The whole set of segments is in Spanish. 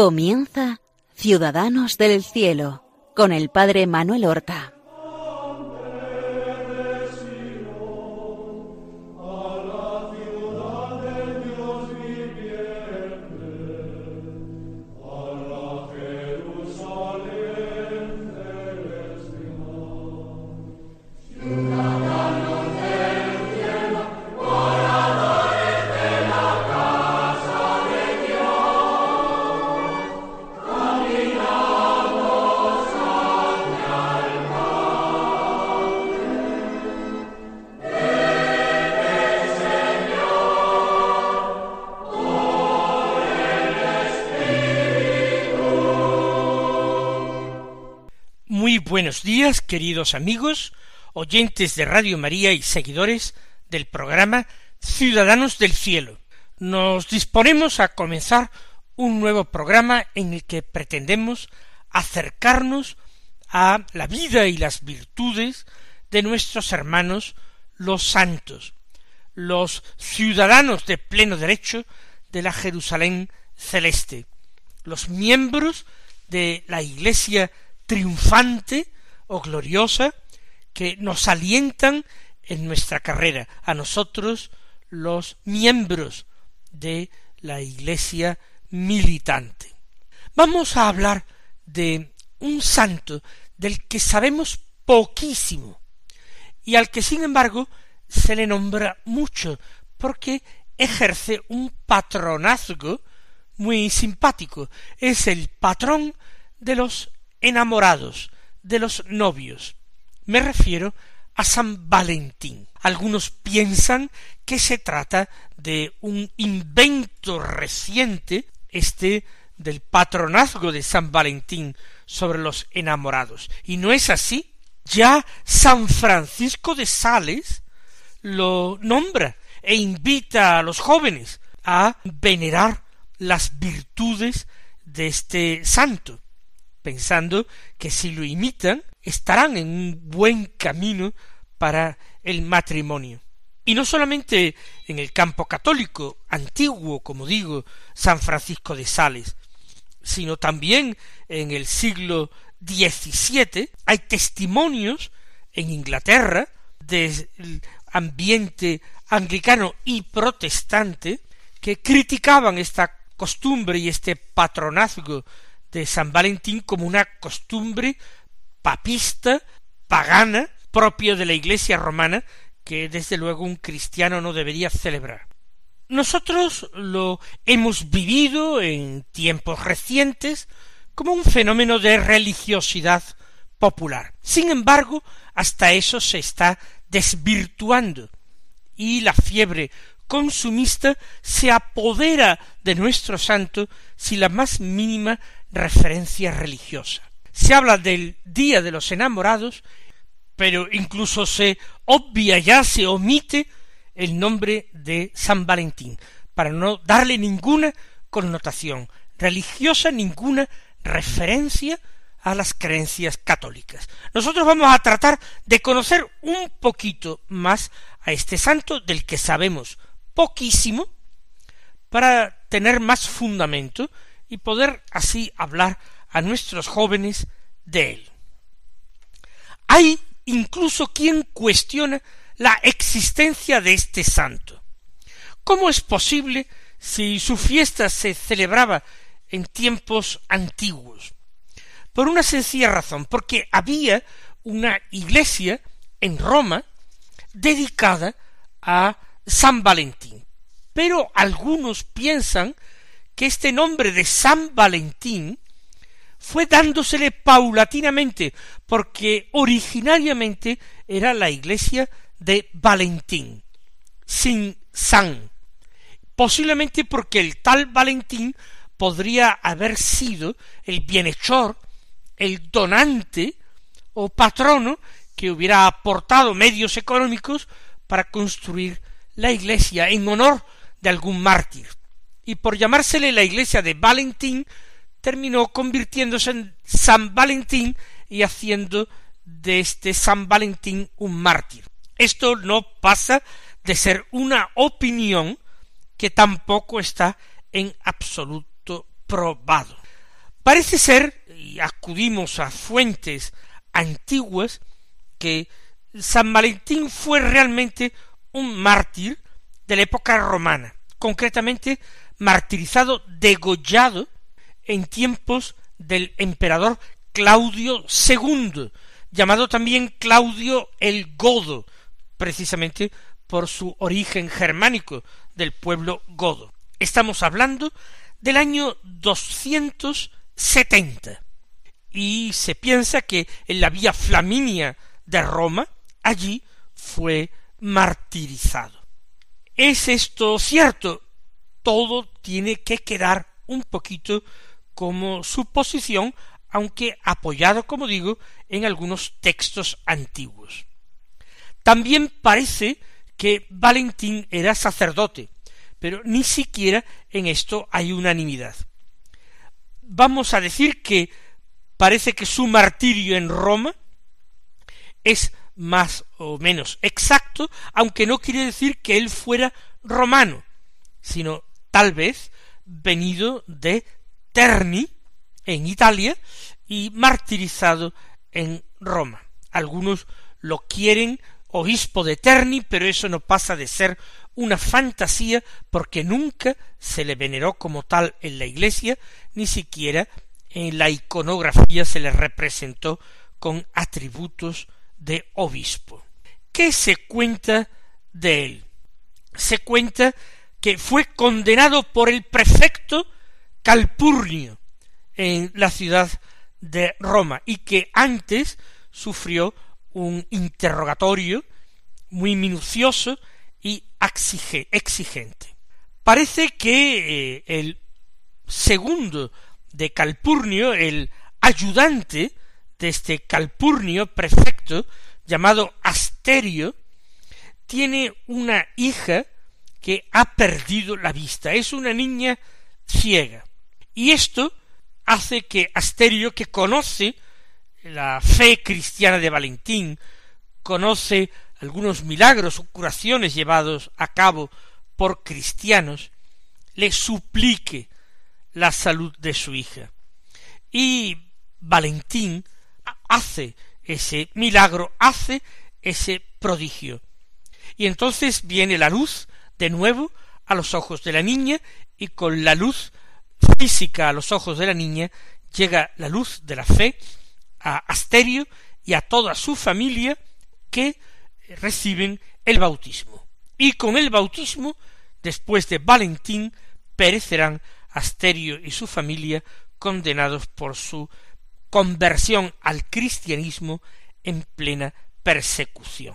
Comienza Ciudadanos del Cielo con el Padre Manuel Horta. Muy buenos días, queridos amigos, oyentes de Radio María y seguidores del programa Ciudadanos del Cielo. Nos disponemos a comenzar un nuevo programa en el que pretendemos acercarnos a la vida y las virtudes de nuestros hermanos los santos, los ciudadanos de pleno derecho de la Jerusalén celeste, los miembros de la Iglesia triunfante o gloriosa que nos alientan en nuestra carrera, a nosotros los miembros de la Iglesia militante. Vamos a hablar de un santo del que sabemos poquísimo y al que sin embargo se le nombra mucho porque ejerce un patronazgo muy simpático. Es el patrón de los enamorados, de los novios. Me refiero a San Valentín. Algunos piensan que se trata de un invento reciente, del patronazgo de San Valentín sobre los enamorados. Y no es así. Ya San Francisco de Sales lo nombra e invita a los jóvenes a venerar las virtudes de este santo, pensando que si lo imitan estarán en un buen camino para el matrimonio. Y no solamente en el campo católico antiguo, como digo, San Francisco de Sales, sino también en el siglo XVII hay testimonios en Inglaterra del ambiente anglicano y protestante que criticaban esta costumbre y este patronazgo de San Valentín como una costumbre papista, pagana, propia de la Iglesia romana, que desde luego un cristiano no debería celebrar. Nosotros lo hemos vivido en tiempos recientes como un fenómeno de religiosidad popular. Sin embargo, hasta eso se está desvirtuando y la fiebre consumista se apodera de nuestro santo sin la más mínima referencia religiosa. Se habla del Día de los Enamorados, pero incluso se obvia ya, se omite el nombre de San Valentín, para no darle ninguna connotación religiosa, ninguna referencia a las creencias católicas. Nosotros vamos a tratar de conocer un poquito más a este santo del que sabemos poquísimo, para tener más fundamento y poder así hablar a nuestros jóvenes de él. Hay incluso quien cuestiona la existencia de este santo. ¿Cómo es posible si su fiesta se celebraba en tiempos antiguos? Por una sencilla razón, porque había una iglesia en Roma dedicada a San Valentín. Pero algunos piensan que este nombre de San Valentín fue dándosele paulatinamente, porque originariamente era la iglesia de Valentín, sin San, posiblemente porque el tal Valentín podría haber sido el bienhechor, el donante o patrono que hubiera aportado medios económicos para construir la iglesia en honor de algún mártir. Y por llamársele la iglesia de Valentín, terminó convirtiéndose en San Valentín y haciendo de este San Valentín un mártir. Esto no pasa de ser una opinión que tampoco está en absoluto probado. Parece ser, y acudimos a fuentes antiguas, que San Valentín fue realmente un mártir de la época romana, concretamente martirizado, degollado en tiempos del emperador Claudio II, llamado también Claudio el Godo, precisamente por su origen germánico del pueblo godo. Estamos hablando del año 270, y se piensa que en la Vía Flaminia de Roma, allí fue martirizado. ¿Es esto cierto? Todo tiene que quedar un poquito como suposición, aunque apoyado, como digo, en algunos textos antiguos. También parece que Valentín era sacerdote, pero ni siquiera en esto hay unanimidad. Vamos a decir que parece que su martirio en Roma es más o menos exacto, aunque no quiere decir que él fuera romano, sino tal vez venido de Terni, en Italia, y martirizado en Roma. Algunos lo quieren obispo de Terni, pero eso no pasa de ser una fantasía, porque nunca se le veneró como tal en la Iglesia, ni siquiera en la iconografía se le representó con atributos de obispo. ¿Qué se cuenta de él? Se cuenta que fue condenado por el prefecto Calpurnio en la ciudad de Roma, y que antes sufrió un interrogatorio muy minucioso y exigente. Parece que el segundo de Calpurnio, el ayudante de este Calpurnio prefecto, llamado Asterio, tiene una hija que ha perdido la vista, es una niña ciega, y esto hace que Asterio, que conoce la fe cristiana de Valentín, conoce algunos milagros o curaciones llevados a cabo por cristianos, le suplique la salud de su hija. Y Valentín hace ese milagro, hace ese prodigio. Y entonces viene la luz de nuevo a los ojos de la niña, y con la luz física a los ojos de la niña llega la luz de la fe a Asterio y a toda su familia, que reciben el bautismo. Y con el bautismo, después de Valentín, perecerán Asterio y su familia, condenados por su conversión al cristianismo en plena persecución.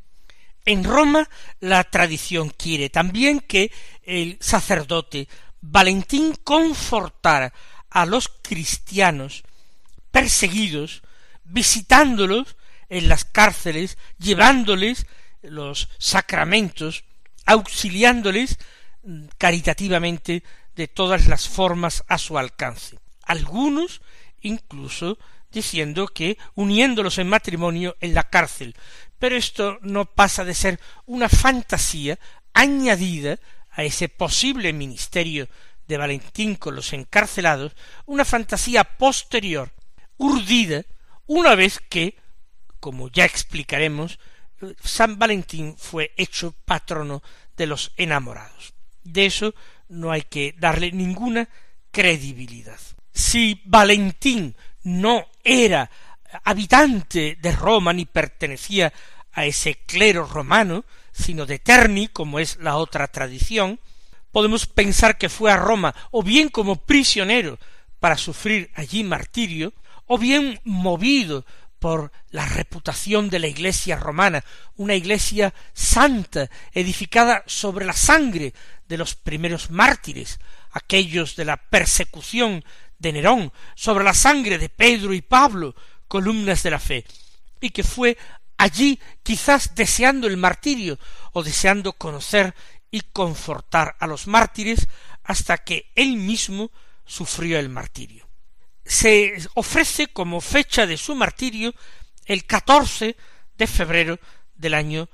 En Roma la tradición quiere también que el sacerdote Valentín confortara a los cristianos perseguidos, visitándolos en las cárceles, llevándoles los sacramentos, auxiliándoles caritativamente de todas las formas a su alcance. Algunos incluso diciendo que uniéndolos en matrimonio en la cárcel, pero esto no pasa de ser una fantasía añadida a ese posible ministerio de Valentín con los encarcelados, una fantasía posterior, urdida, una vez que, como ya explicaremos, San Valentín fue hecho patrono de los enamorados. De eso no hay que darle ninguna credibilidad. Si Valentín no era habitante de Roma ni pertenecía a ese clero romano, sino de Terni, como es la otra tradición, podemos pensar que fue a Roma o bien como prisionero para sufrir allí martirio, o bien movido por la reputación de la Iglesia romana, una Iglesia santa, edificada sobre la sangre de los primeros mártires, aquellos de la persecución de Nerón, sobre la sangre de Pedro y Pablo, columnas de la fe, y que fue allí quizás deseando el martirio o deseando conocer y confortar a los mártires hasta que él mismo sufrió el martirio. Se ofrece como fecha de su martirio el 14 de febrero del año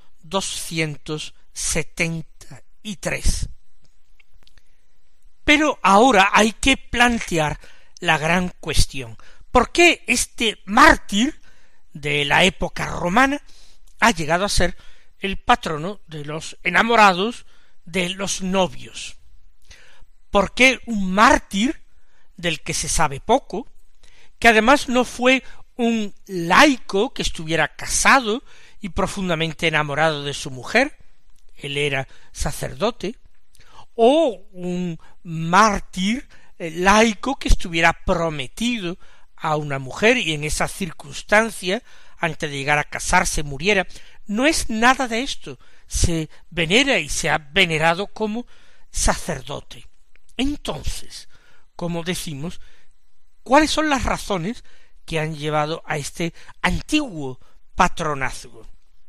273. Pero ahora hay que plantear la gran cuestión. ¿Por qué este mártir de la época romana ha llegado a ser el patrono de los enamorados, de los novios? ¿Por qué un mártir del que se sabe poco, que además no fue un laico que estuviera casado y profundamente enamorado de su mujer, él era sacerdote, o un mártir laico que estuviera prometido a una mujer y en esa circunstancia, antes de llegar a casarse, muriera? No es nada de esto. Se venera y se ha venerado como sacerdote. Entonces, como decimos, ¿cuáles son las razones que han llevado a este antiguo patronazgo?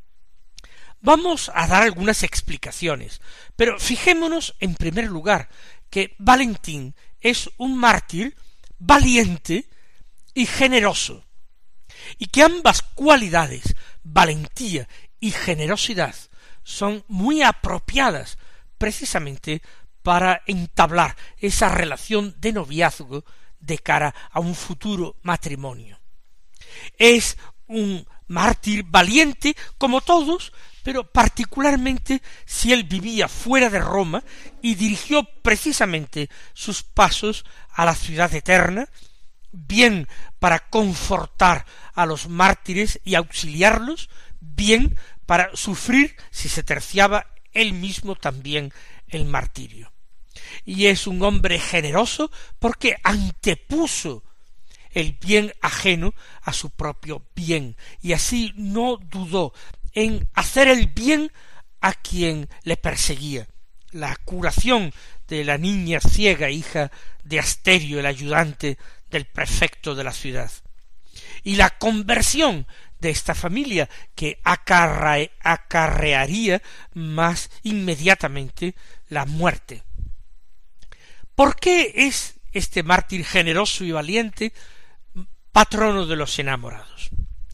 Vamos a dar algunas explicaciones, pero fijémonos en primer lugar que Valentín es un mártir valiente y generoso, y que ambas cualidades, valentía y generosidad, son muy apropiadas precisamente para entablar esa relación de noviazgo de cara a un futuro matrimonio. Es un mártir valiente como todos, pero particularmente si él vivía fuera de Roma y dirigió precisamente sus pasos a la ciudad eterna, bien para confortar a los mártires y auxiliarlos, bien para sufrir, si se terciaba, él mismo también el martirio. Y es un hombre generoso porque antepuso el bien ajeno a su propio bien, y así no dudó en hacer el bien a quien le perseguía. La curación de la niña ciega, hija de Asterio, el ayudante del prefecto de la ciudad, y la conversión de esta familia que acarrearía más inmediatamente la muerte. ¿Por qué es este mártir generoso y valiente patrono de los enamorados?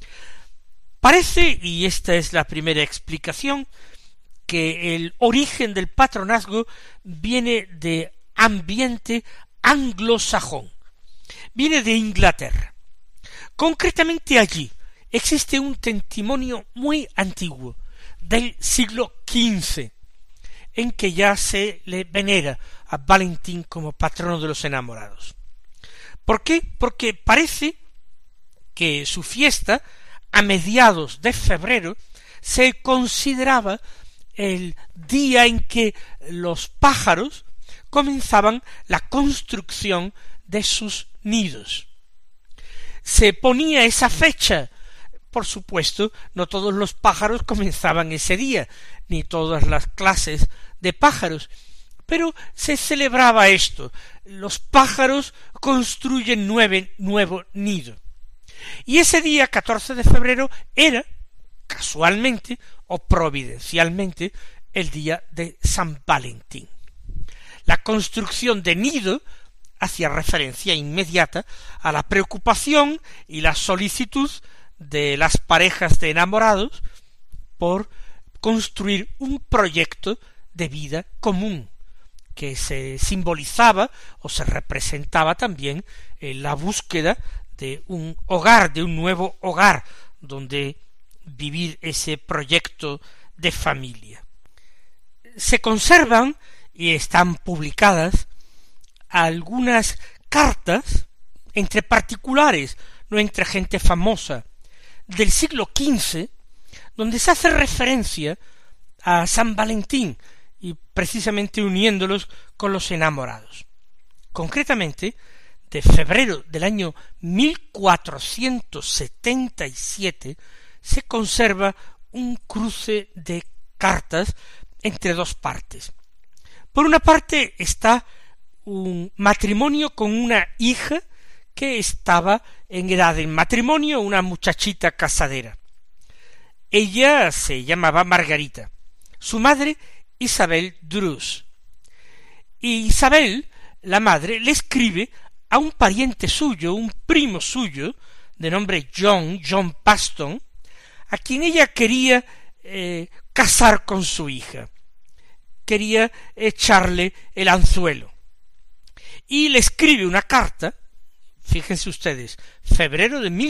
Parece, y esta es la primera explicación, que el origen del patronazgo viene de ambiente anglosajón, viene de Inglaterra. Concretamente allí existe un testimonio muy antiguo, del siglo XV, en que ya se le venera a Valentín como patrono de los enamorados. ¿Por qué? Porque parece que su fiesta, a mediados de febrero, se consideraba el día en que los pájaros comenzaban la construcción de sus nidos. Se ponía esa fecha. Por supuesto, no todos los pájaros comenzaban ese día, ni todas las clases de pájaros, pero se celebraba esto. Los pájaros construyen nuevo nido. Y ese día, 14 de febrero, era, casualmente o providencialmente, el día de San Valentín. La construcción de nido hacía referencia inmediata a la preocupación y la solicitud de las parejas de enamorados por construir un proyecto de vida común, que se simbolizaba o se representaba también en la búsqueda de un hogar, de un nuevo hogar, donde vivir ese proyecto de familia. Se conservan y están publicadas algunas cartas entre particulares, no entre gente famosa, del siglo XV, donde se hace referencia a San Valentín y precisamente uniéndolos con los enamorados. Concretamente, de febrero del año 1477 se conserva un cruce de cartas entre dos partes. Por una parte está un matrimonio con una hija que estaba en edad de matrimonio, una muchachita casadera. Ella se llamaba Margarita, su madre Isabel Drus. Y Isabel, la madre, le escribe a un pariente suyo, un primo suyo, de nombre John Paston, a quien ella quería casar con su hija. Quería echarle el anzuelo. Y le escribe una carta, fíjense ustedes, febrero de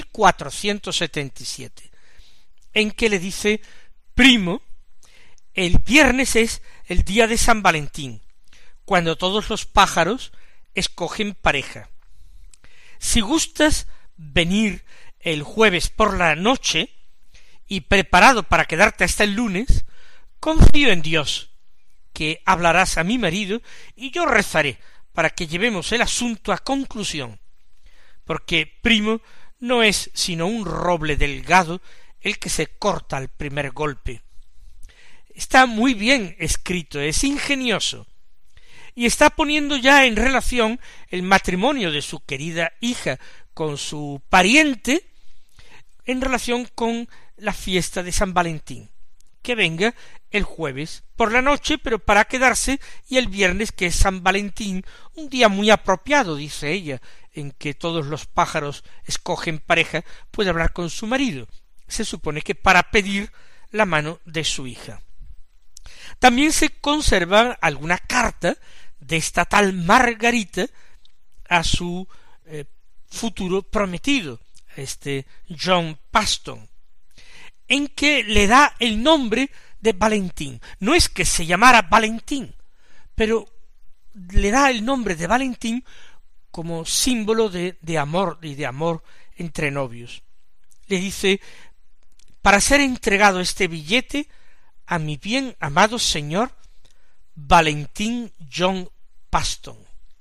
1477, en que le dice: primo, el viernes es el día de San Valentín, cuando todos los pájaros escogen pareja. Si gustas venir el jueves por la noche y preparado para quedarte hasta el lunes, confío en Dios, que hablarás a mi marido y yo rezaré para que llevemos el asunto a conclusión, porque primo no es sino un roble delgado el que se corta al primer golpe. Está muy bien escrito, es ingenioso, y está poniendo ya en relación el matrimonio de su querida hija con su pariente en relación con la fiesta de San Valentín, que venga el jueves por la noche, pero para quedarse, y el viernes, que es San Valentín, un día muy apropiado, dice ella, en que todos los pájaros escogen pareja, puede hablar con su marido, se supone que para pedir la mano de su hija. También se conserva alguna carta de esta tal Margarita a su futuro prometido, John Paston, en que le da el nombre de Valentín. No es que se llamara Valentín, pero le da el nombre de Valentín como símbolo de amor y de amor entre novios. Le dice: para ser entregado este billete a mi bien amado señor Valentín John Paston.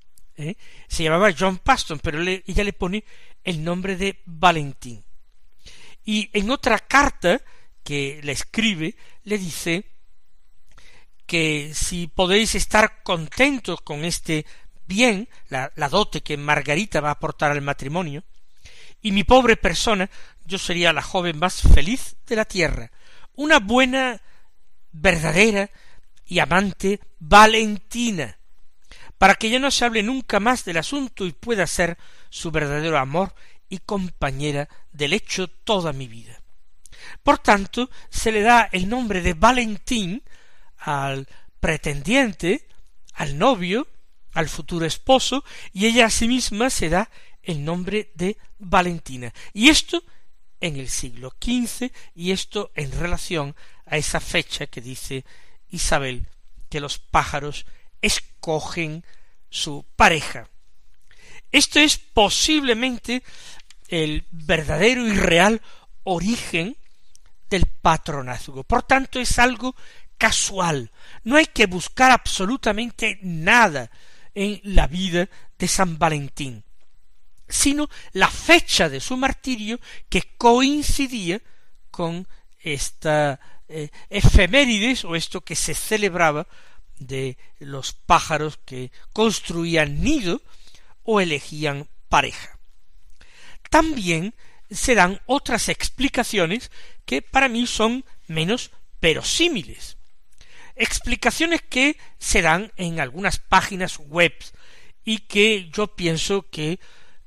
Se llamaba John Paston, pero ella le pone el nombre de Valentín. Y en otra carta que le escribe, le dice que si podéis estar contentos con este bien, la dote que Margarita va a aportar al matrimonio, y mi pobre persona, yo sería la joven más feliz de la tierra, una buena, verdadera y amante Valentina, para que ya no se hable nunca más del asunto y pueda ser su verdadero amor y compañera de lecho toda mi vida. Por tanto, se le da el nombre de Valentín al pretendiente, al novio, al futuro esposo, y ella a sí misma se da el nombre de Valentina. Y esto en el siglo XV, y esto en relación a esa fecha que dice Isabel, que los pájaros escogen su pareja. Esto es posiblemente el verdadero y real origen del patronazgo. Por tanto, es algo casual. No hay que buscar absolutamente nada en la vida de San Valentín, sino la fecha de su martirio, que coincidía con esta efemérides, o esto que se celebraba de los pájaros que construían nido o elegían pareja. También se dan otras explicaciones que para mí son menos verosímiles. Explicaciones que se dan en algunas páginas web y que yo pienso que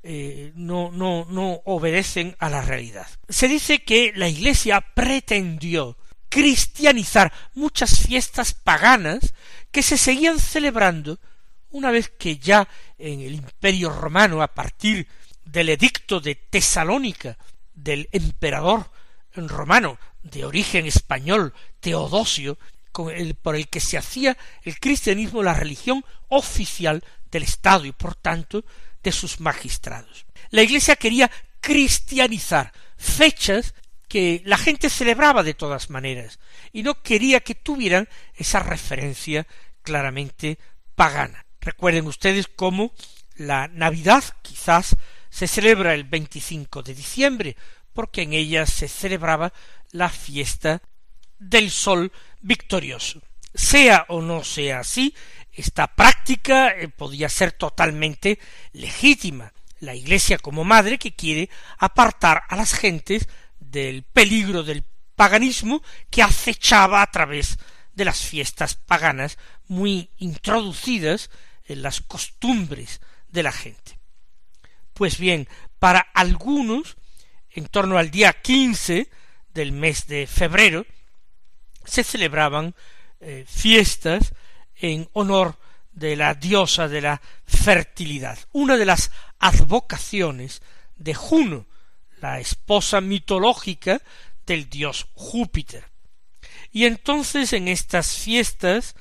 no obedecen a la realidad. Se dice que la Iglesia pretendió cristianizar muchas fiestas paganas que se seguían celebrando una vez que ya en el Imperio Romano, a partir del edicto de Tesalónica del emperador romano de origen español Teodosio, por el que se hacía el cristianismo la religión oficial del Estado y por tanto de sus magistrados. La Iglesia quería cristianizar fechas que la gente celebraba de todas maneras y no quería que tuvieran esa referencia claramente pagana. Recuerden ustedes cómo la Navidad quizás se celebra el 25 de diciembre, porque en ella se celebraba la fiesta del sol victorioso. Sea o no sea así, esta práctica podía ser totalmente legítima. La Iglesia como madre que quiere apartar a las gentes del peligro del paganismo que acechaba a través de las fiestas paganas muy introducidas en las costumbres de la gente. Pues bien, para algunos, en torno al día 15 del mes de febrero, se celebraban fiestas en honor de la diosa de la fertilidad, una de las advocaciones de Juno, la esposa mitológica del dios Júpiter. Y entonces en estas fiestas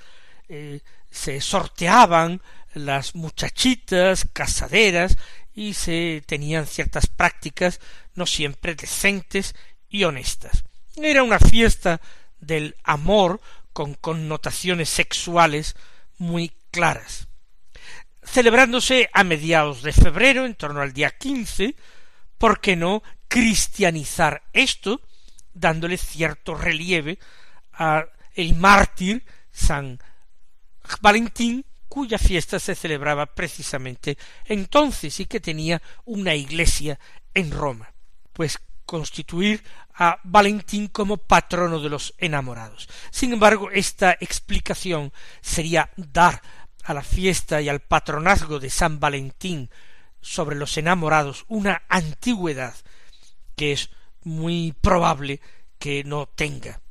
se sorteaban las muchachitas casaderas y se tenían ciertas prácticas no siempre decentes y honestas. Era una fiesta del amor con connotaciones sexuales muy claras, celebrándose a mediados de febrero, en torno al día 15, ¿por qué no cristianizar esto, dándole cierto relieve a el mártir San Valentín, cuya fiesta se celebraba precisamente entonces y que tenía una iglesia en Roma? Pues constituir a Valentín como patrono de los enamorados. Sin embargo, esta explicación sería dar a la fiesta y al patronazgo de San Valentín sobre los enamorados una antigüedad que es muy probable que no tenga.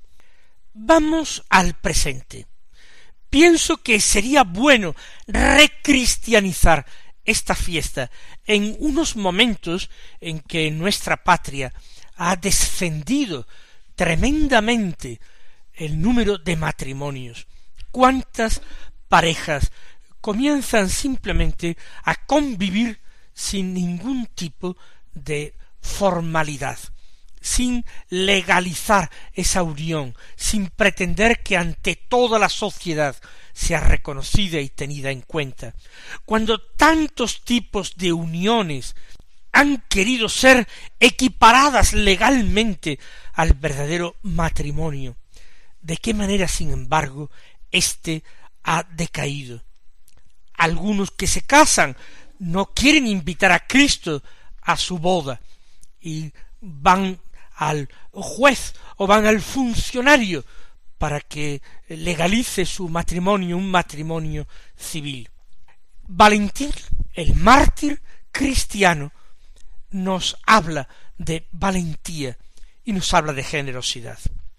Vamos al presente. Pienso que sería bueno recristianizar esta fiesta en unos momentos en que nuestra patria ha descendido tremendamente el número de matrimonios. ¿Cuántas parejas comienzan simplemente a convivir sin ningún tipo de formalidad, sin legalizar esa unión, sin pretender que ante toda la sociedad sea reconocida y tenida en cuenta? Cuando tantos tipos de uniones han querido ser equiparadas legalmente al verdadero matrimonio, ¿de qué manera, sin embargo, éste ha decaído? Algunos que se casan no quieren invitar a Cristo a su boda y van al juez o van al funcionario para que legalice su matrimonio, un matrimonio civil. Valentín, el mártir cristiano, nos habla de valentía y nos habla de generosidad.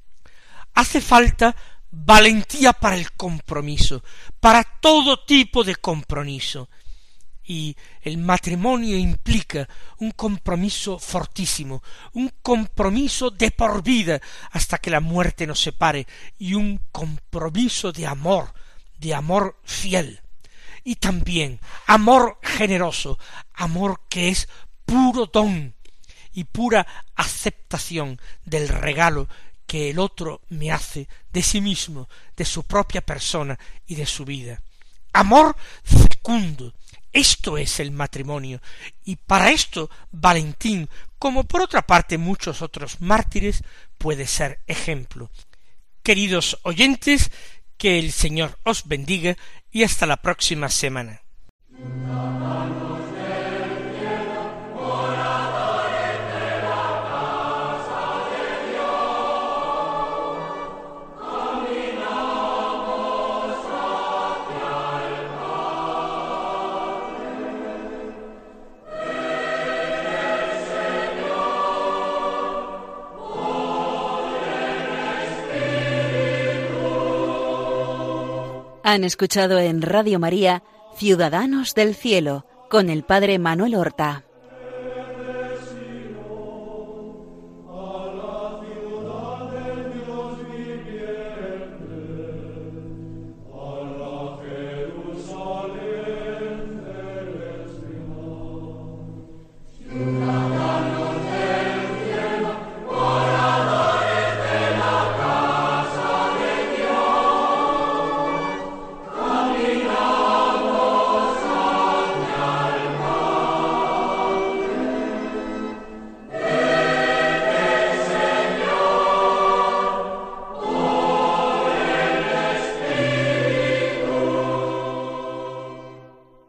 Hace falta valentía para el compromiso, para todo tipo de compromiso, y el matrimonio implica un compromiso fortísimo, un compromiso de por vida hasta que la muerte nos separe, y un compromiso de amor fiel, y también amor generoso, amor que es puro don y pura aceptación del regalo que el otro me hace de sí mismo, de su propia persona y de su vida. Amor fecundo. Esto es el matrimonio, y para esto Valentín, como por otra parte muchos otros mártires, puede ser ejemplo. Queridos oyentes, que el Señor os bendiga y hasta la próxima semana. Han escuchado en Radio María Ciudadanos del Cielo con el Padre Manuel Horta.